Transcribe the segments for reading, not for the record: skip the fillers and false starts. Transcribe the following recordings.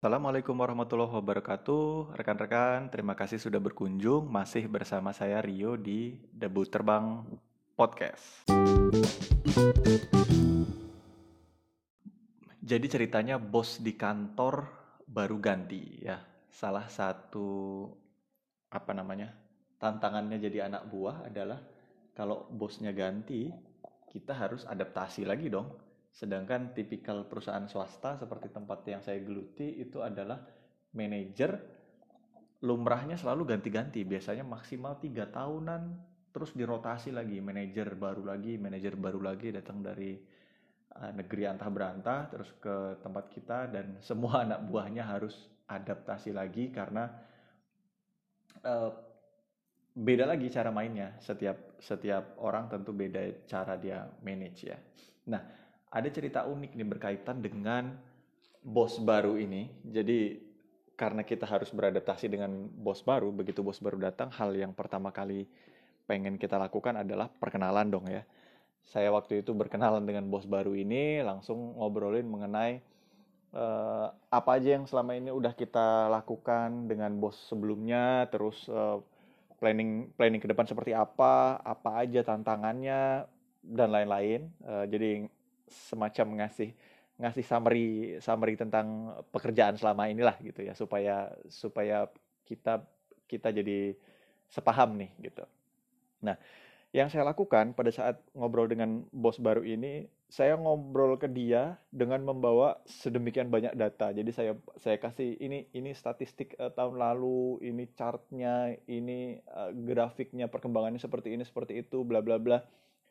Assalamualaikum warahmatullahi wabarakatuh. Rekan-rekan, terima kasih sudah berkunjung. Masih bersama saya Rio di Debu Terbang Podcast. Jadi ceritanya bos di kantor baru ganti ya. Salah satu tantangannya jadi anak buah adalah kalau bosnya ganti, kita harus adaptasi lagi dong. Sedangkan tipikal perusahaan swasta seperti tempat yang saya geluti itu adalah manajer lumrahnya selalu ganti-ganti, biasanya maksimal 3 tahunan, terus dirotasi lagi, manajer baru lagi datang dari negeri antah berantah, terus ke tempat kita, dan semua anak buahnya harus adaptasi lagi karena uh, beda lagi cara mainnya. Setiap orang tentu beda cara dia manage ya. Nah, ada cerita unik nih berkaitan dengan bos baru ini. Jadi karena kita harus beradaptasi dengan bos baru, begitu bos baru datang, hal yang pertama kali pengen kita lakukan adalah perkenalan dong ya. Saya waktu itu berkenalan dengan bos baru ini, langsung ngobrolin mengenai apa aja yang selama ini udah kita lakukan dengan bos sebelumnya, terus planning planning ke depan seperti apa aja tantangannya dan lain-lain. Jadi semacam ngasih ngasih summary summary tentang pekerjaan selama inilah gitu ya, supaya supaya kita kita jadi sepaham nih gitu. Nah, yang saya lakukan pada saat ngobrol dengan bos baru ini, saya ngobrol ke dia dengan membawa sedemikian banyak data. Jadi saya kasih ini statistik tahun lalu, ini chartnya, ini grafiknya perkembangannya seperti itu, bla bla bla.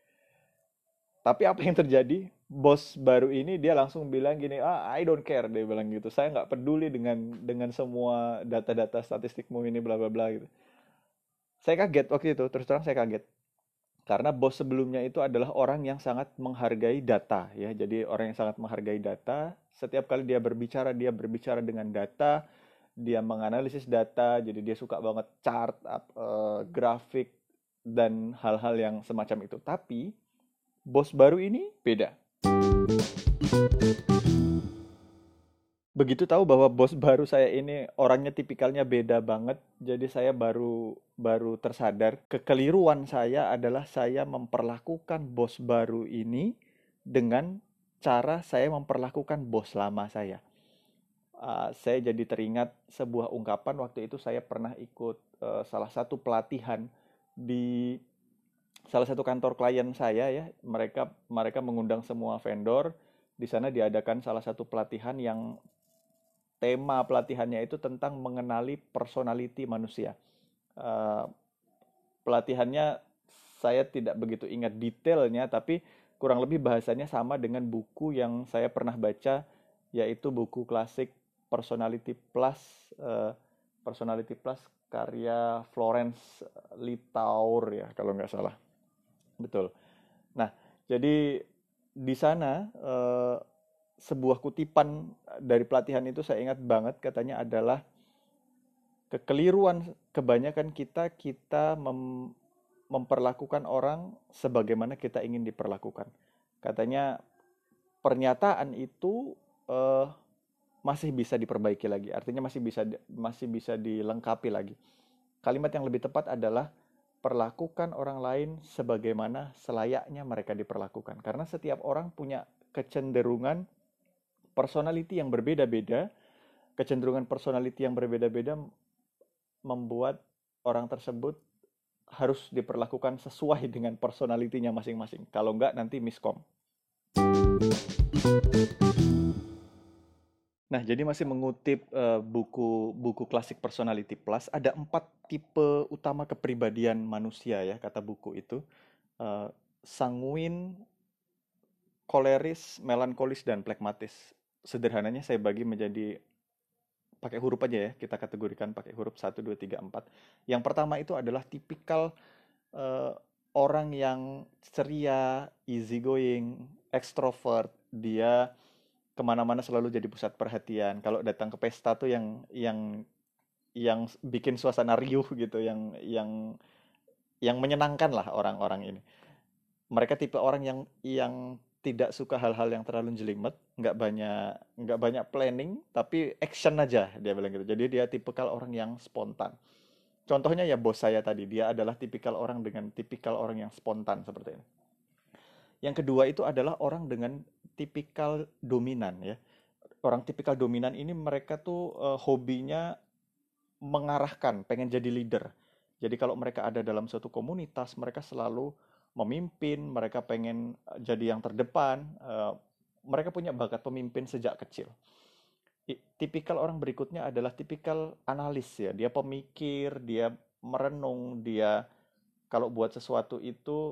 Tapi apa yang terjadi? Bos baru ini dia langsung bilang gini, I don't care, dia bilang gitu. Saya nggak peduli dengan semua data-data statistikmu ini, bla bla bla gitu. Saya kaget waktu itu, terus terang saya kaget. Karena bos sebelumnya itu adalah orang yang sangat menghargai data ya. Jadi orang yang sangat menghargai data, setiap kali dia berbicara dengan data, dia menganalisis data, jadi dia suka banget chart, grafik dan hal-hal yang semacam itu. Tapi bos baru ini beda. Begitu tahu bahwa bos baru saya ini orangnya tipikalnya beda banget, jadi saya baru baru tersadar kekeliruan saya adalah saya memperlakukan bos baru ini dengan cara saya memperlakukan bos lama saya. Saya jadi teringat sebuah ungkapan waktu itu saya pernah ikut salah satu pelatihan di salah satu kantor klien saya ya. Mereka mereka mengundang semua vendor. Di sana diadakan salah satu pelatihan yang tema pelatihannya itu tentang mengenali personality manusia. Eh, Pelatihannya saya tidak begitu ingat detailnya, tapi kurang lebih bahasanya sama dengan buku yang saya pernah baca, yaitu buku klasik Personality Plus, eh, Personality Plus karya Florence Littauer ya kalau nggak salah. Betul. Nah, jadi di sana sebuah kutipan dari pelatihan itu saya ingat banget, katanya adalah kekeliruan kebanyakan kita memperlakukan orang sebagaimana kita ingin diperlakukan. Katanya pernyataan itu eh, masih bisa diperbaiki lagi, artinya masih bisa dilengkapi lagi. Kalimat yang lebih tepat adalah perlakukan orang lain sebagaimana selayaknya mereka diperlakukan. Karena setiap orang punya kecenderungan personality yang berbeda-beda, kecenderungan personality yang berbeda-beda membuat orang tersebut harus diperlakukan sesuai dengan personalitinya masing-masing. Kalau enggak nanti miskom. Nah, jadi masih mengutip buku buku klasik Personality Plus, ada 4 tipe utama kepribadian manusia ya, kata buku itu. Eh, Sanguin, koleris, melankolis, dan plekmatis. Sederhananya saya bagi menjadi pakai huruf aja ya, kita kategorikan pakai huruf 1, 2, 3, 4. Yang pertama itu adalah tipikal eh, orang yang ceria, easy going, extrovert. Dia kemana-mana selalu jadi pusat perhatian. Kalau datang ke pesta tuh yang bikin suasana riuh gitu, yang menyenangkan lah orang-orang ini. Mereka tipe orang yang tidak suka hal-hal yang terlalu jelimet, nggak banyak planning, tapi action aja dia bilang gitu. Jadi dia tipikal orang yang spontan. Contohnya ya bos saya tadi, dia adalah tipikal orang dengan tipikal orang yang spontan seperti ini. Yang kedua itu adalah orang dengan tipikal dominan ya. Orang tipikal dominan ini mereka tuh hobinya mengarahkan, pengen jadi leader. Jadi kalau mereka ada dalam suatu komunitas, mereka selalu memimpin, mereka pengen jadi yang terdepan, mereka punya bakat pemimpin sejak kecil. Tipikal orang berikutnya adalah tipikal analis ya, dia pemikir, dia merenung, dia kalau buat sesuatu itu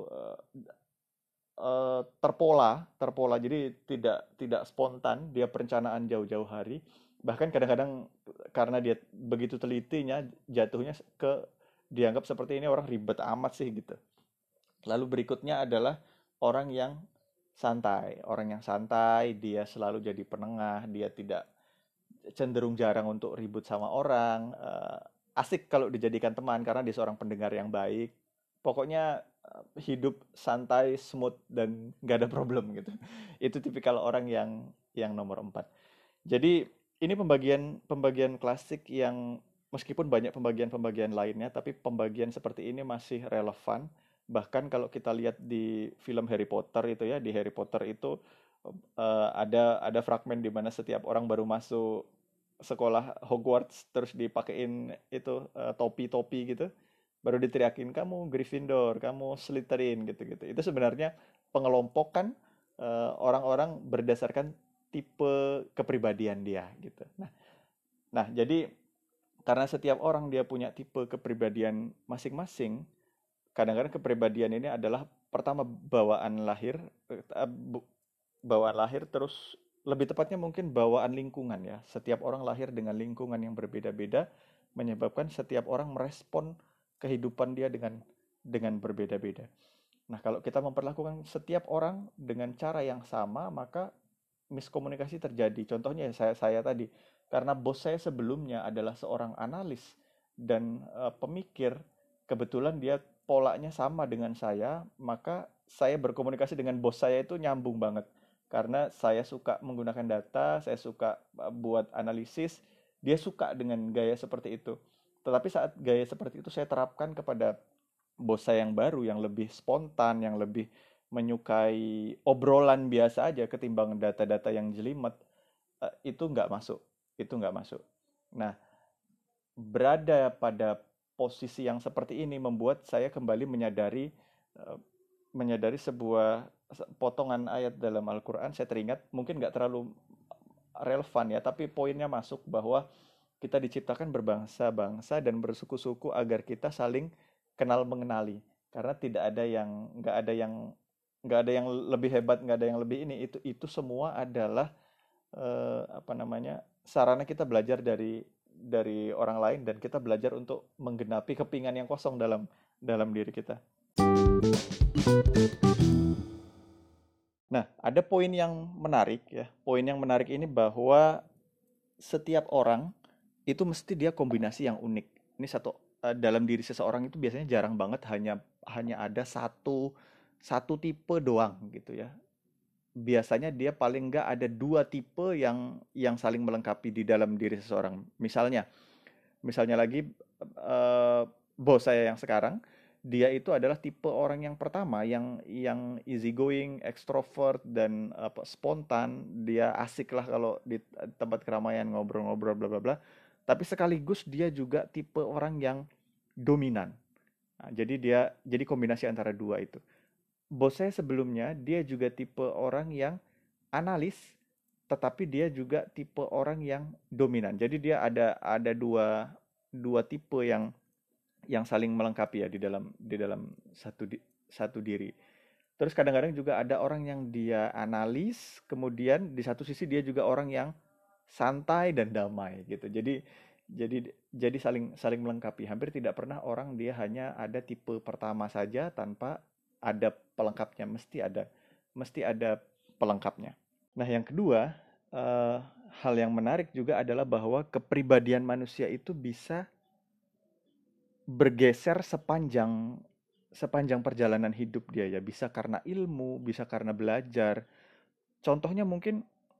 terpola, jadi tidak spontan, dia perencanaan jauh-jauh hari. Bahkan kadang-kadang karena dia begitu telitinya, jatuhnya ke dianggap seperti ini orang ribet amat sih gitu. Lalu berikutnya adalah orang yang santai. Orang yang santai, dia selalu jadi penengah, dia tidak cenderung jarang untuk ribut sama orang. Asik kalau dijadikan teman karena dia seorang pendengar yang baik. Pokoknya hidup santai, smooth dan nggak ada problem gitu. Itu tipikal orang yang nomor 4. Jadi ini pembagian pembagian klasik yang meskipun banyak pembagian-pembagian lainnya, tapi pembagian seperti ini masih relevan. Bahkan kalau kita lihat di film Harry Potter itu ya, di Harry Potter itu ada fragmen di mana setiap orang baru masuk sekolah Hogwarts terus dipakein itu topi-topi gitu, baru diteriakin kamu Gryffindor, kamu Slytherin gitu-gitu. Itu sebenarnya pengelompokan orang-orang berdasarkan tipe kepribadian dia gitu. Nah, jadi karena setiap orang dia punya tipe kepribadian masing-masing, kadang-kadang kepribadian ini adalah pertama bawaan lahir, bawaan lahir terus lebih tepatnya mungkin bawaan lingkungan ya. Setiap orang lahir dengan lingkungan yang berbeda-beda menyebabkan setiap orang merespon kehidupan dia dengan berbeda-beda. Nah, kalau kita memperlakukan setiap orang dengan cara yang sama, maka miskomunikasi terjadi. Contohnya saya tadi, karena bos saya sebelumnya adalah seorang analis dan pemikir, kebetulan dia polanya sama dengan saya, maka saya berkomunikasi dengan bos saya itu nyambung banget. Karena saya suka menggunakan data, saya suka buat analisis, dia suka dengan gaya seperti itu. Tetapi saat gaya seperti itu saya terapkan kepada bos saya yang baru, yang lebih spontan, yang lebih menyukai obrolan biasa aja ketimbang data-data yang jelimet, itu nggak masuk. Itu nggak masuk. Nah, berada pada posisi yang seperti ini membuat saya kembali eh, menyadari sebuah potongan ayat dalam Al-Quran. Saya teringat, mungkin nggak terlalu relevan ya, tapi poinnya masuk bahwa kita diciptakan berbangsa-bangsa dan bersuku-suku agar kita saling kenal mengenali. Karena tidak ada yang nggak ada yang lebih hebat, nggak ada yang lebih ini. Itu semua adalah apa namanya, sarana kita belajar dari orang lain dan kita belajar untuk menggenapi kepingan yang kosong dalam diri kita. Nah, ada poin yang menarik ya. Poin yang menarik ini bahwa setiap orang itu mesti dia kombinasi yang unik. Ini dalam diri seseorang itu biasanya jarang banget hanya hanya ada satu satu tipe doang gitu ya. Biasanya dia paling nggak ada dua tipe yang saling melengkapi di dalam diri seseorang. Misalnya lagi eh, bos saya yang sekarang, dia itu adalah tipe orang yang pertama yang easy going, extrovert dan apa spontan. Dia asik lah kalau di tempat keramaian ngobrol-ngobrol bla bla bla. Tapi sekaligus dia juga tipe orang yang dominan. Nah, jadi kombinasi antara dua itu. Bos saya sebelumnya dia juga tipe orang yang analis, tetapi dia juga tipe orang yang dominan. Jadi dia ada dua dua tipe yang saling melengkapi ya di dalam satu diri. Terus kadang-kadang juga ada orang yang dia analis, kemudian di satu sisi dia juga orang yang santai dan damai gitu. Jadi saling saling melengkapi. Hampir tidak pernah orang dia hanya ada tipe pertama saja tanpa ada pelengkapnya, mesti ada pelengkapnya. Nah, yang kedua, eh, hal yang menarik juga adalah bahwa kepribadian manusia itu bisa bergeser sepanjang sepanjang perjalanan hidup dia ya. Bisa karena ilmu, bisa karena belajar, Contohnya mungkin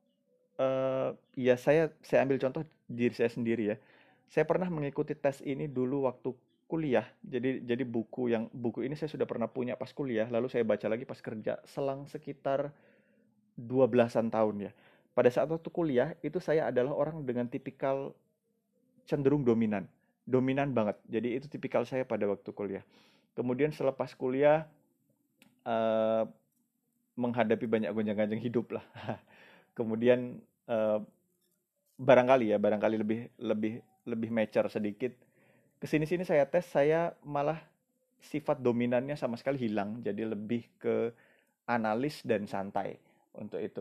ya saya ambil contoh diri saya sendiri ya. Saya pernah mengikuti tes ini dulu waktu kuliah. Jadi buku ini saya sudah pernah punya pas kuliah, lalu saya baca lagi pas kerja selang sekitar 12-an tahun ya. Pada saat waktu kuliah itu saya adalah orang dengan tipikal cenderung dominan. Dominan banget. Jadi itu tipikal saya pada waktu kuliah. Kemudian selepas kuliah eh, menghadapi banyak gonjang-ganjing hidup lah. Kemudian eh, barangkali lebih lebih lebih mature sedikit. Kesini-sini saya tes, saya malah sifat dominannya sama sekali hilang. Jadi lebih ke analis dan santai untuk itu.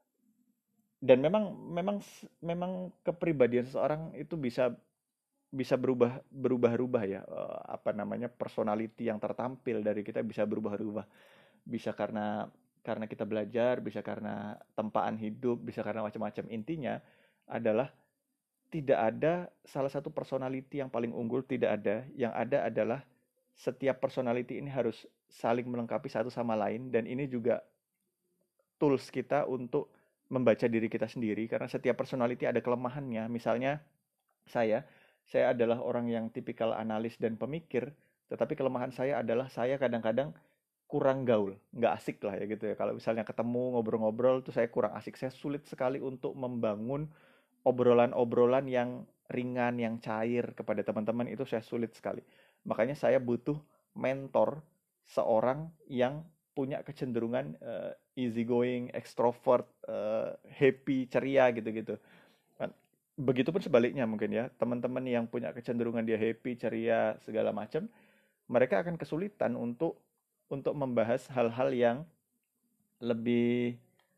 Dan memang memang memang kepribadian seseorang itu bisa bisa berubah-ubah ya, apa namanya, personality yang tertampil dari kita bisa berubah-ubah. Bisa karena kita belajar, bisa karena tempaan hidup, bisa karena macam-macam. Intinya adalah tidak ada salah satu personality yang paling unggul, tidak ada. Yang ada adalah setiap personality ini harus saling melengkapi satu sama lain, dan ini juga tools kita untuk membaca diri kita sendiri karena setiap personality ada kelemahannya. Misalnya saya, saya adalah orang yang tipikal analis dan pemikir, tetapi kelemahan saya adalah saya kadang-kadang kurang gaul, nggak asik lah ya gitu ya. Kalau misalnya ketemu ngobrol-ngobrol tuh saya kurang asik. Saya sulit sekali untuk membangun obrolan-obrolan yang ringan, yang cair kepada teman-teman, itu saya sulit sekali. Makanya saya butuh mentor, seorang yang punya kecenderungan easy going, extrovert, happy, ceria gitu-gitu. Kan, begitupun sebaliknya mungkin ya, teman-teman yang punya kecenderungan dia happy, ceria, segala macam, mereka akan kesulitan untuk membahas hal-hal yang lebih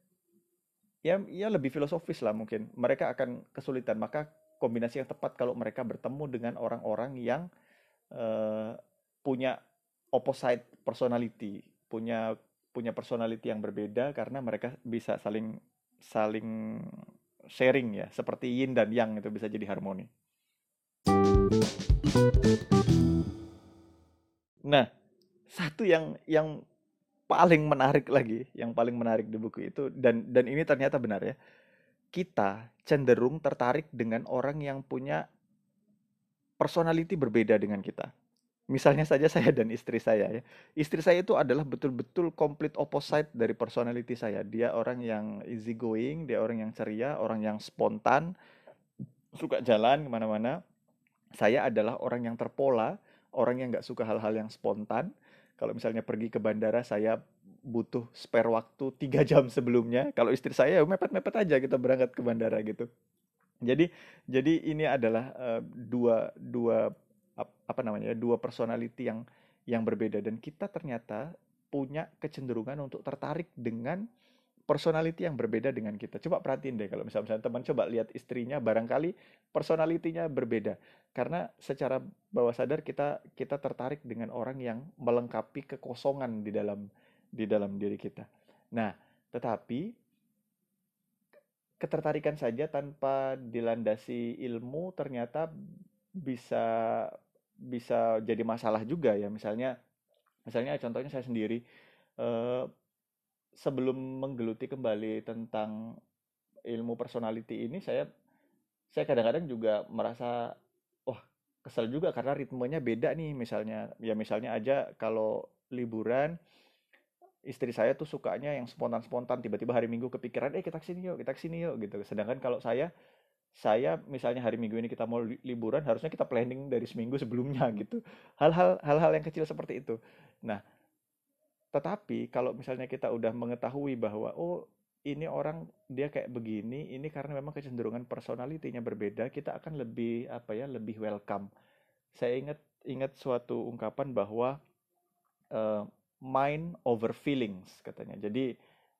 ya lebih filosofis lah mungkin. Mereka akan kesulitan. Maka kombinasi yang tepat kalau mereka bertemu dengan orang-orang yang eh, punya opposite personality, punya punya personality yang berbeda karena mereka bisa saling saling sharing ya, seperti yin dan yang itu bisa jadi harmoni. Nah, satu yang paling menarik lagi, yang paling menarik di buku itu, dan ini ternyata benar ya. Kita cenderung tertarik dengan orang yang punya personality berbeda dengan kita. Misalnya saja saya dan istri saya ya. Istri saya itu adalah betul-betul complete opposite dari personality saya. Dia orang yang easy going, dia orang yang ceria, orang yang spontan, suka jalan kemana-mana. Saya adalah orang yang terpola, orang yang nggak suka hal-hal yang spontan. Kalau misalnya pergi ke bandara, saya butuh spare waktu 3 jam sebelumnya. Kalau istri saya ya mepet-mepet aja kita berangkat ke bandara gitu. Jadi jadi ini adalah dua dua apa namanya ya, dua personality yang berbeda, dan kita ternyata punya kecenderungan untuk tertarik dengan personality yang berbeda dengan kita. Coba perhatiin deh kalau misalnya teman coba lihat istrinya, barangkali personalitinya berbeda. Karena secara bawah sadar kita kita tertarik dengan orang yang melengkapi kekosongan di dalam diri kita. Nah, tetapi ketertarikan saja tanpa dilandasi ilmu ternyata bisa bisa jadi masalah juga ya. Misalnya contohnya saya sendiri, eh, sebelum menggeluti kembali tentang ilmu personality ini, saya kadang-kadang juga merasa wah, kesel juga karena ritmenya beda nih. Misalnya aja kalau liburan, istri saya tuh sukanya yang spontan-spontan, tiba-tiba hari Minggu kepikiran, kita kesini yuk gitu. Sedangkan kalau saya misalnya hari Minggu ini kita mau liburan, harusnya kita planning dari seminggu sebelumnya gitu. Hal-hal yang kecil seperti itu. Nah, tetapi kalau misalnya kita udah mengetahui bahwa oh, ini orang dia kayak begini, ini karena memang kecenderungan personalitinya berbeda, kita akan lebih apa ya, lebih welcome. Saya ingat ingat suatu ungkapan bahwa eh, mind over feelings katanya. Jadi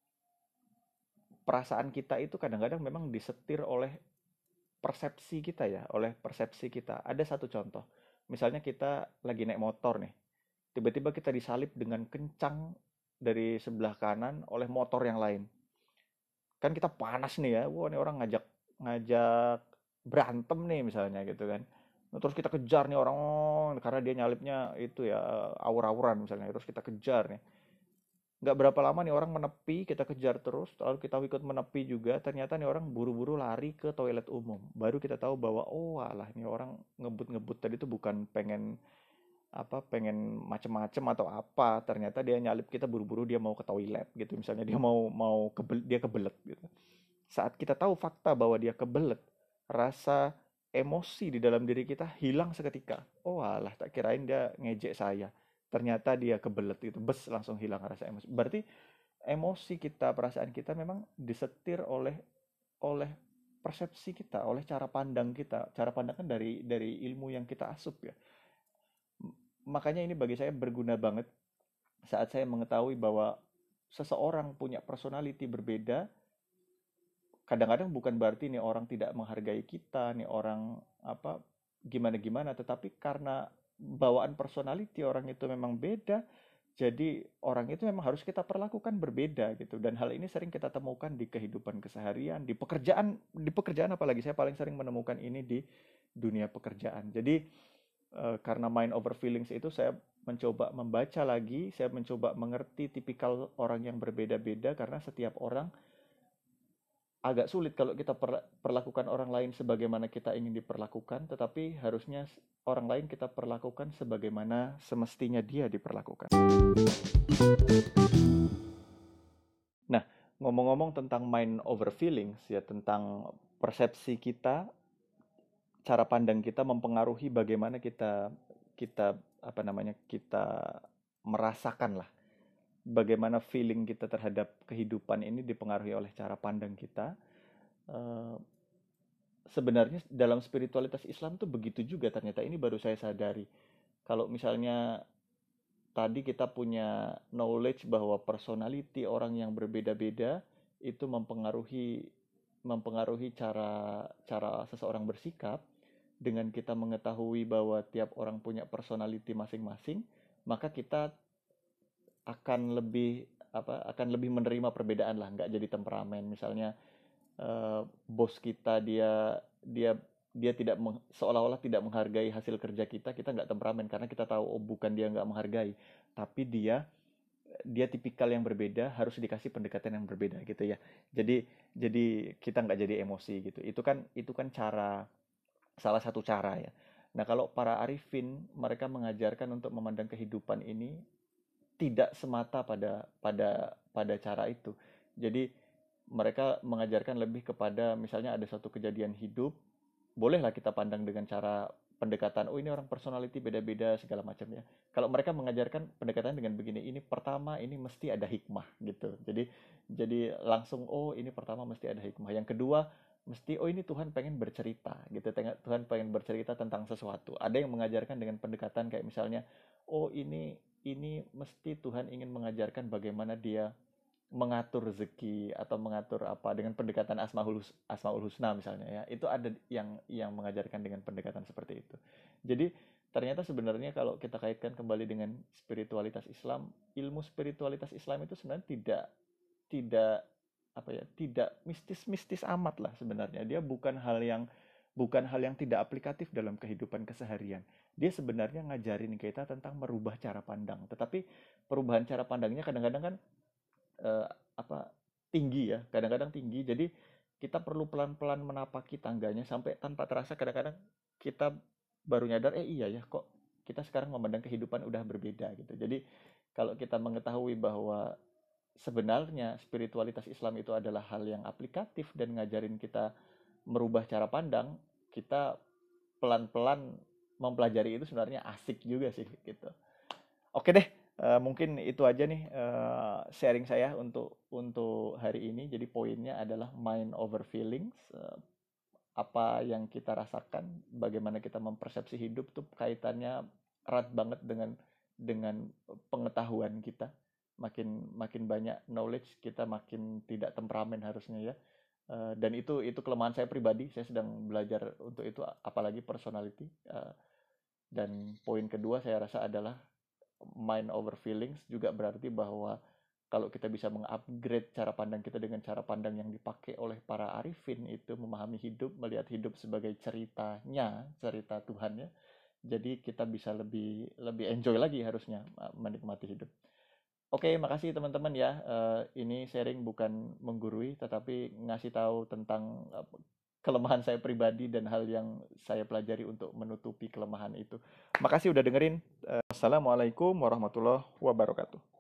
perasaan kita itu kadang-kadang memang disetir oleh persepsi kita ya, oleh persepsi kita. Ada satu contoh. Misalnya kita lagi naik motor nih, tiba-tiba kita disalip dengan kencang dari sebelah kanan oleh motor yang lain. Kan kita panas nih ya, wah ini orang ngajak ngajak berantem nih misalnya gitu kan. Nah, terus kita kejar nih orang, oh, karena dia nyalipnya itu ya awur-awuran misalnya, terus kita kejar nih. Nggak berapa lama nih orang menepi, kita kejar terus, lalu kita ikut menepi juga, ternyata nih orang buru-buru lari ke toilet umum. Baru kita tahu bahwa oh alah ini orang ngebut-ngebut tadi tuh bukan pengen pengen macem-macem atau apa, ternyata dia nyalip kita buru-buru, dia mau ke toilet gitu, misalnya dia dia kebelet gitu. Saat kita tahu fakta bahwa dia kebelet, rasa emosi di dalam diri kita hilang seketika. Oh alah, tak kirain dia ngejek saya, ternyata dia kebelet gitu, bes langsung hilang rasa emosi. Berarti emosi kita, perasaan kita memang disetir oleh oleh persepsi kita, oleh cara pandang kita. Cara pandang kan dari ilmu yang kita asup ya. Makanya ini bagi saya berguna banget saat saya mengetahui bahwa seseorang punya personality berbeda. Kadang-kadang bukan berarti nih orang tidak menghargai kita, nih orang gimana-gimana, tetapi karena bawaan personality orang itu memang beda, jadi orang itu memang harus kita perlakukan berbeda gitu. Dan hal ini sering kita temukan di kehidupan keseharian, di pekerjaan apalagi saya paling sering menemukan ini di dunia pekerjaan. Jadi karena mind over feelings itu saya mencoba membaca lagi, saya mencoba mengerti tipikal orang yang berbeda-beda karena setiap orang agak sulit kalau kita perlakukan orang lain sebagaimana kita ingin diperlakukan, tetapi harusnya orang lain kita perlakukan sebagaimana semestinya dia diperlakukan. Nah, ngomong-ngomong tentang mind over feelings ya, tentang persepsi kita, cara pandang kita mempengaruhi bagaimana kita kita kita merasakan lah bagaimana feeling kita terhadap kehidupan ini dipengaruhi oleh cara pandang kita. Eh, Sebenarnya dalam spiritualitas Islam tuh begitu juga, ternyata ini baru saya sadari. Kalau misalnya tadi kita punya knowledge bahwa personality orang yang berbeda-beda itu mempengaruhi mempengaruhi cara cara seseorang bersikap. Dengan kita mengetahui bahwa tiap orang punya personality masing-masing, maka kita akan lebih menerima perbedaan lah, nggak jadi temperamen. Misalnya bos kita dia dia tidak seolah-olah tidak menghargai hasil kerja kita, kita nggak temperamen karena kita tahu oh bukan dia nggak menghargai, tapi dia tipikal yang berbeda, harus dikasih pendekatan yang berbeda gitu ya. Jadi kita nggak jadi emosi gitu. Itu kan salah satu cara ya. Nah, kalau para arifin mereka mengajarkan untuk memandang kehidupan ini tidak semata pada cara itu. Jadi mereka mengajarkan lebih kepada misalnya ada suatu kejadian hidup, bolehlah kita pandang dengan cara pendekatan, oh ini orang personality beda-beda segala macam ya. Kalau mereka mengajarkan pendekatan dengan begini, ini pertama ini mesti ada hikmah gitu. Jadi langsung oh ini pertama mesti ada hikmah. Yang kedua mesti oh ini Tuhan pengen bercerita gitu. Tuhan pengen bercerita tentang sesuatu. Ada yang mengajarkan dengan pendekatan kayak misalnya oh ini mesti Tuhan ingin mengajarkan bagaimana dia mengatur rezeki atau mengatur apa dengan pendekatan Asmaul Husna misalnya ya. Itu ada yang mengajarkan dengan pendekatan seperti itu. Jadi ternyata sebenarnya kalau kita kaitkan kembali dengan spiritualitas Islam, ilmu spiritualitas Islam itu sebenarnya tidak tidak mistis-mistis amat lah sebenarnya. Dia bukan hal yang tidak aplikatif dalam kehidupan keseharian. Dia sebenarnya ngajarin kita tentang merubah cara pandang. Tetapi perubahan cara pandangnya kadang-kadang kan eh, apa tinggi ya, kadang-kadang tinggi. Jadi kita perlu pelan-pelan menapaki tangganya sampai tanpa terasa kadang-kadang kita baru nyadar iya ya kok kita sekarang memandang kehidupan udah berbeda gitu. Jadi kalau kita mengetahui bahwa sebenarnya spiritualitas Islam itu adalah hal yang aplikatif dan ngajarin kita merubah cara pandang, kita pelan-pelan mempelajari itu sebenarnya asik juga sih gitu. Oke deh, mungkin itu aja nih sharing saya untuk hari ini. Jadi poinnya adalah mind over feelings. Apa yang kita rasakan, bagaimana kita mempersepsi hidup tuh kaitannya erat banget dengan pengetahuan kita. Makin makin banyak knowledge kita makin tidak temperamen harusnya ya. Dan itu kelemahan saya pribadi. Saya sedang belajar untuk itu, apalagi personality. Dan poin kedua saya rasa adalah mind over feelings juga berarti bahwa kalau kita bisa mengupgrade cara pandang kita dengan cara pandang yang dipakai oleh para arifin itu memahami hidup, melihat hidup sebagai ceritanya, cerita Tuhan ya. Jadi kita bisa lebih lebih enjoy lagi harusnya menikmati hidup. Oke, makasih teman-teman ya. Ini sharing bukan menggurui, tetapi ngasih tahu tentang kelemahan saya pribadi dan hal yang saya pelajari untuk menutupi kelemahan itu. Makasih udah dengerin. Assalamualaikum warahmatullahi wabarakatuh.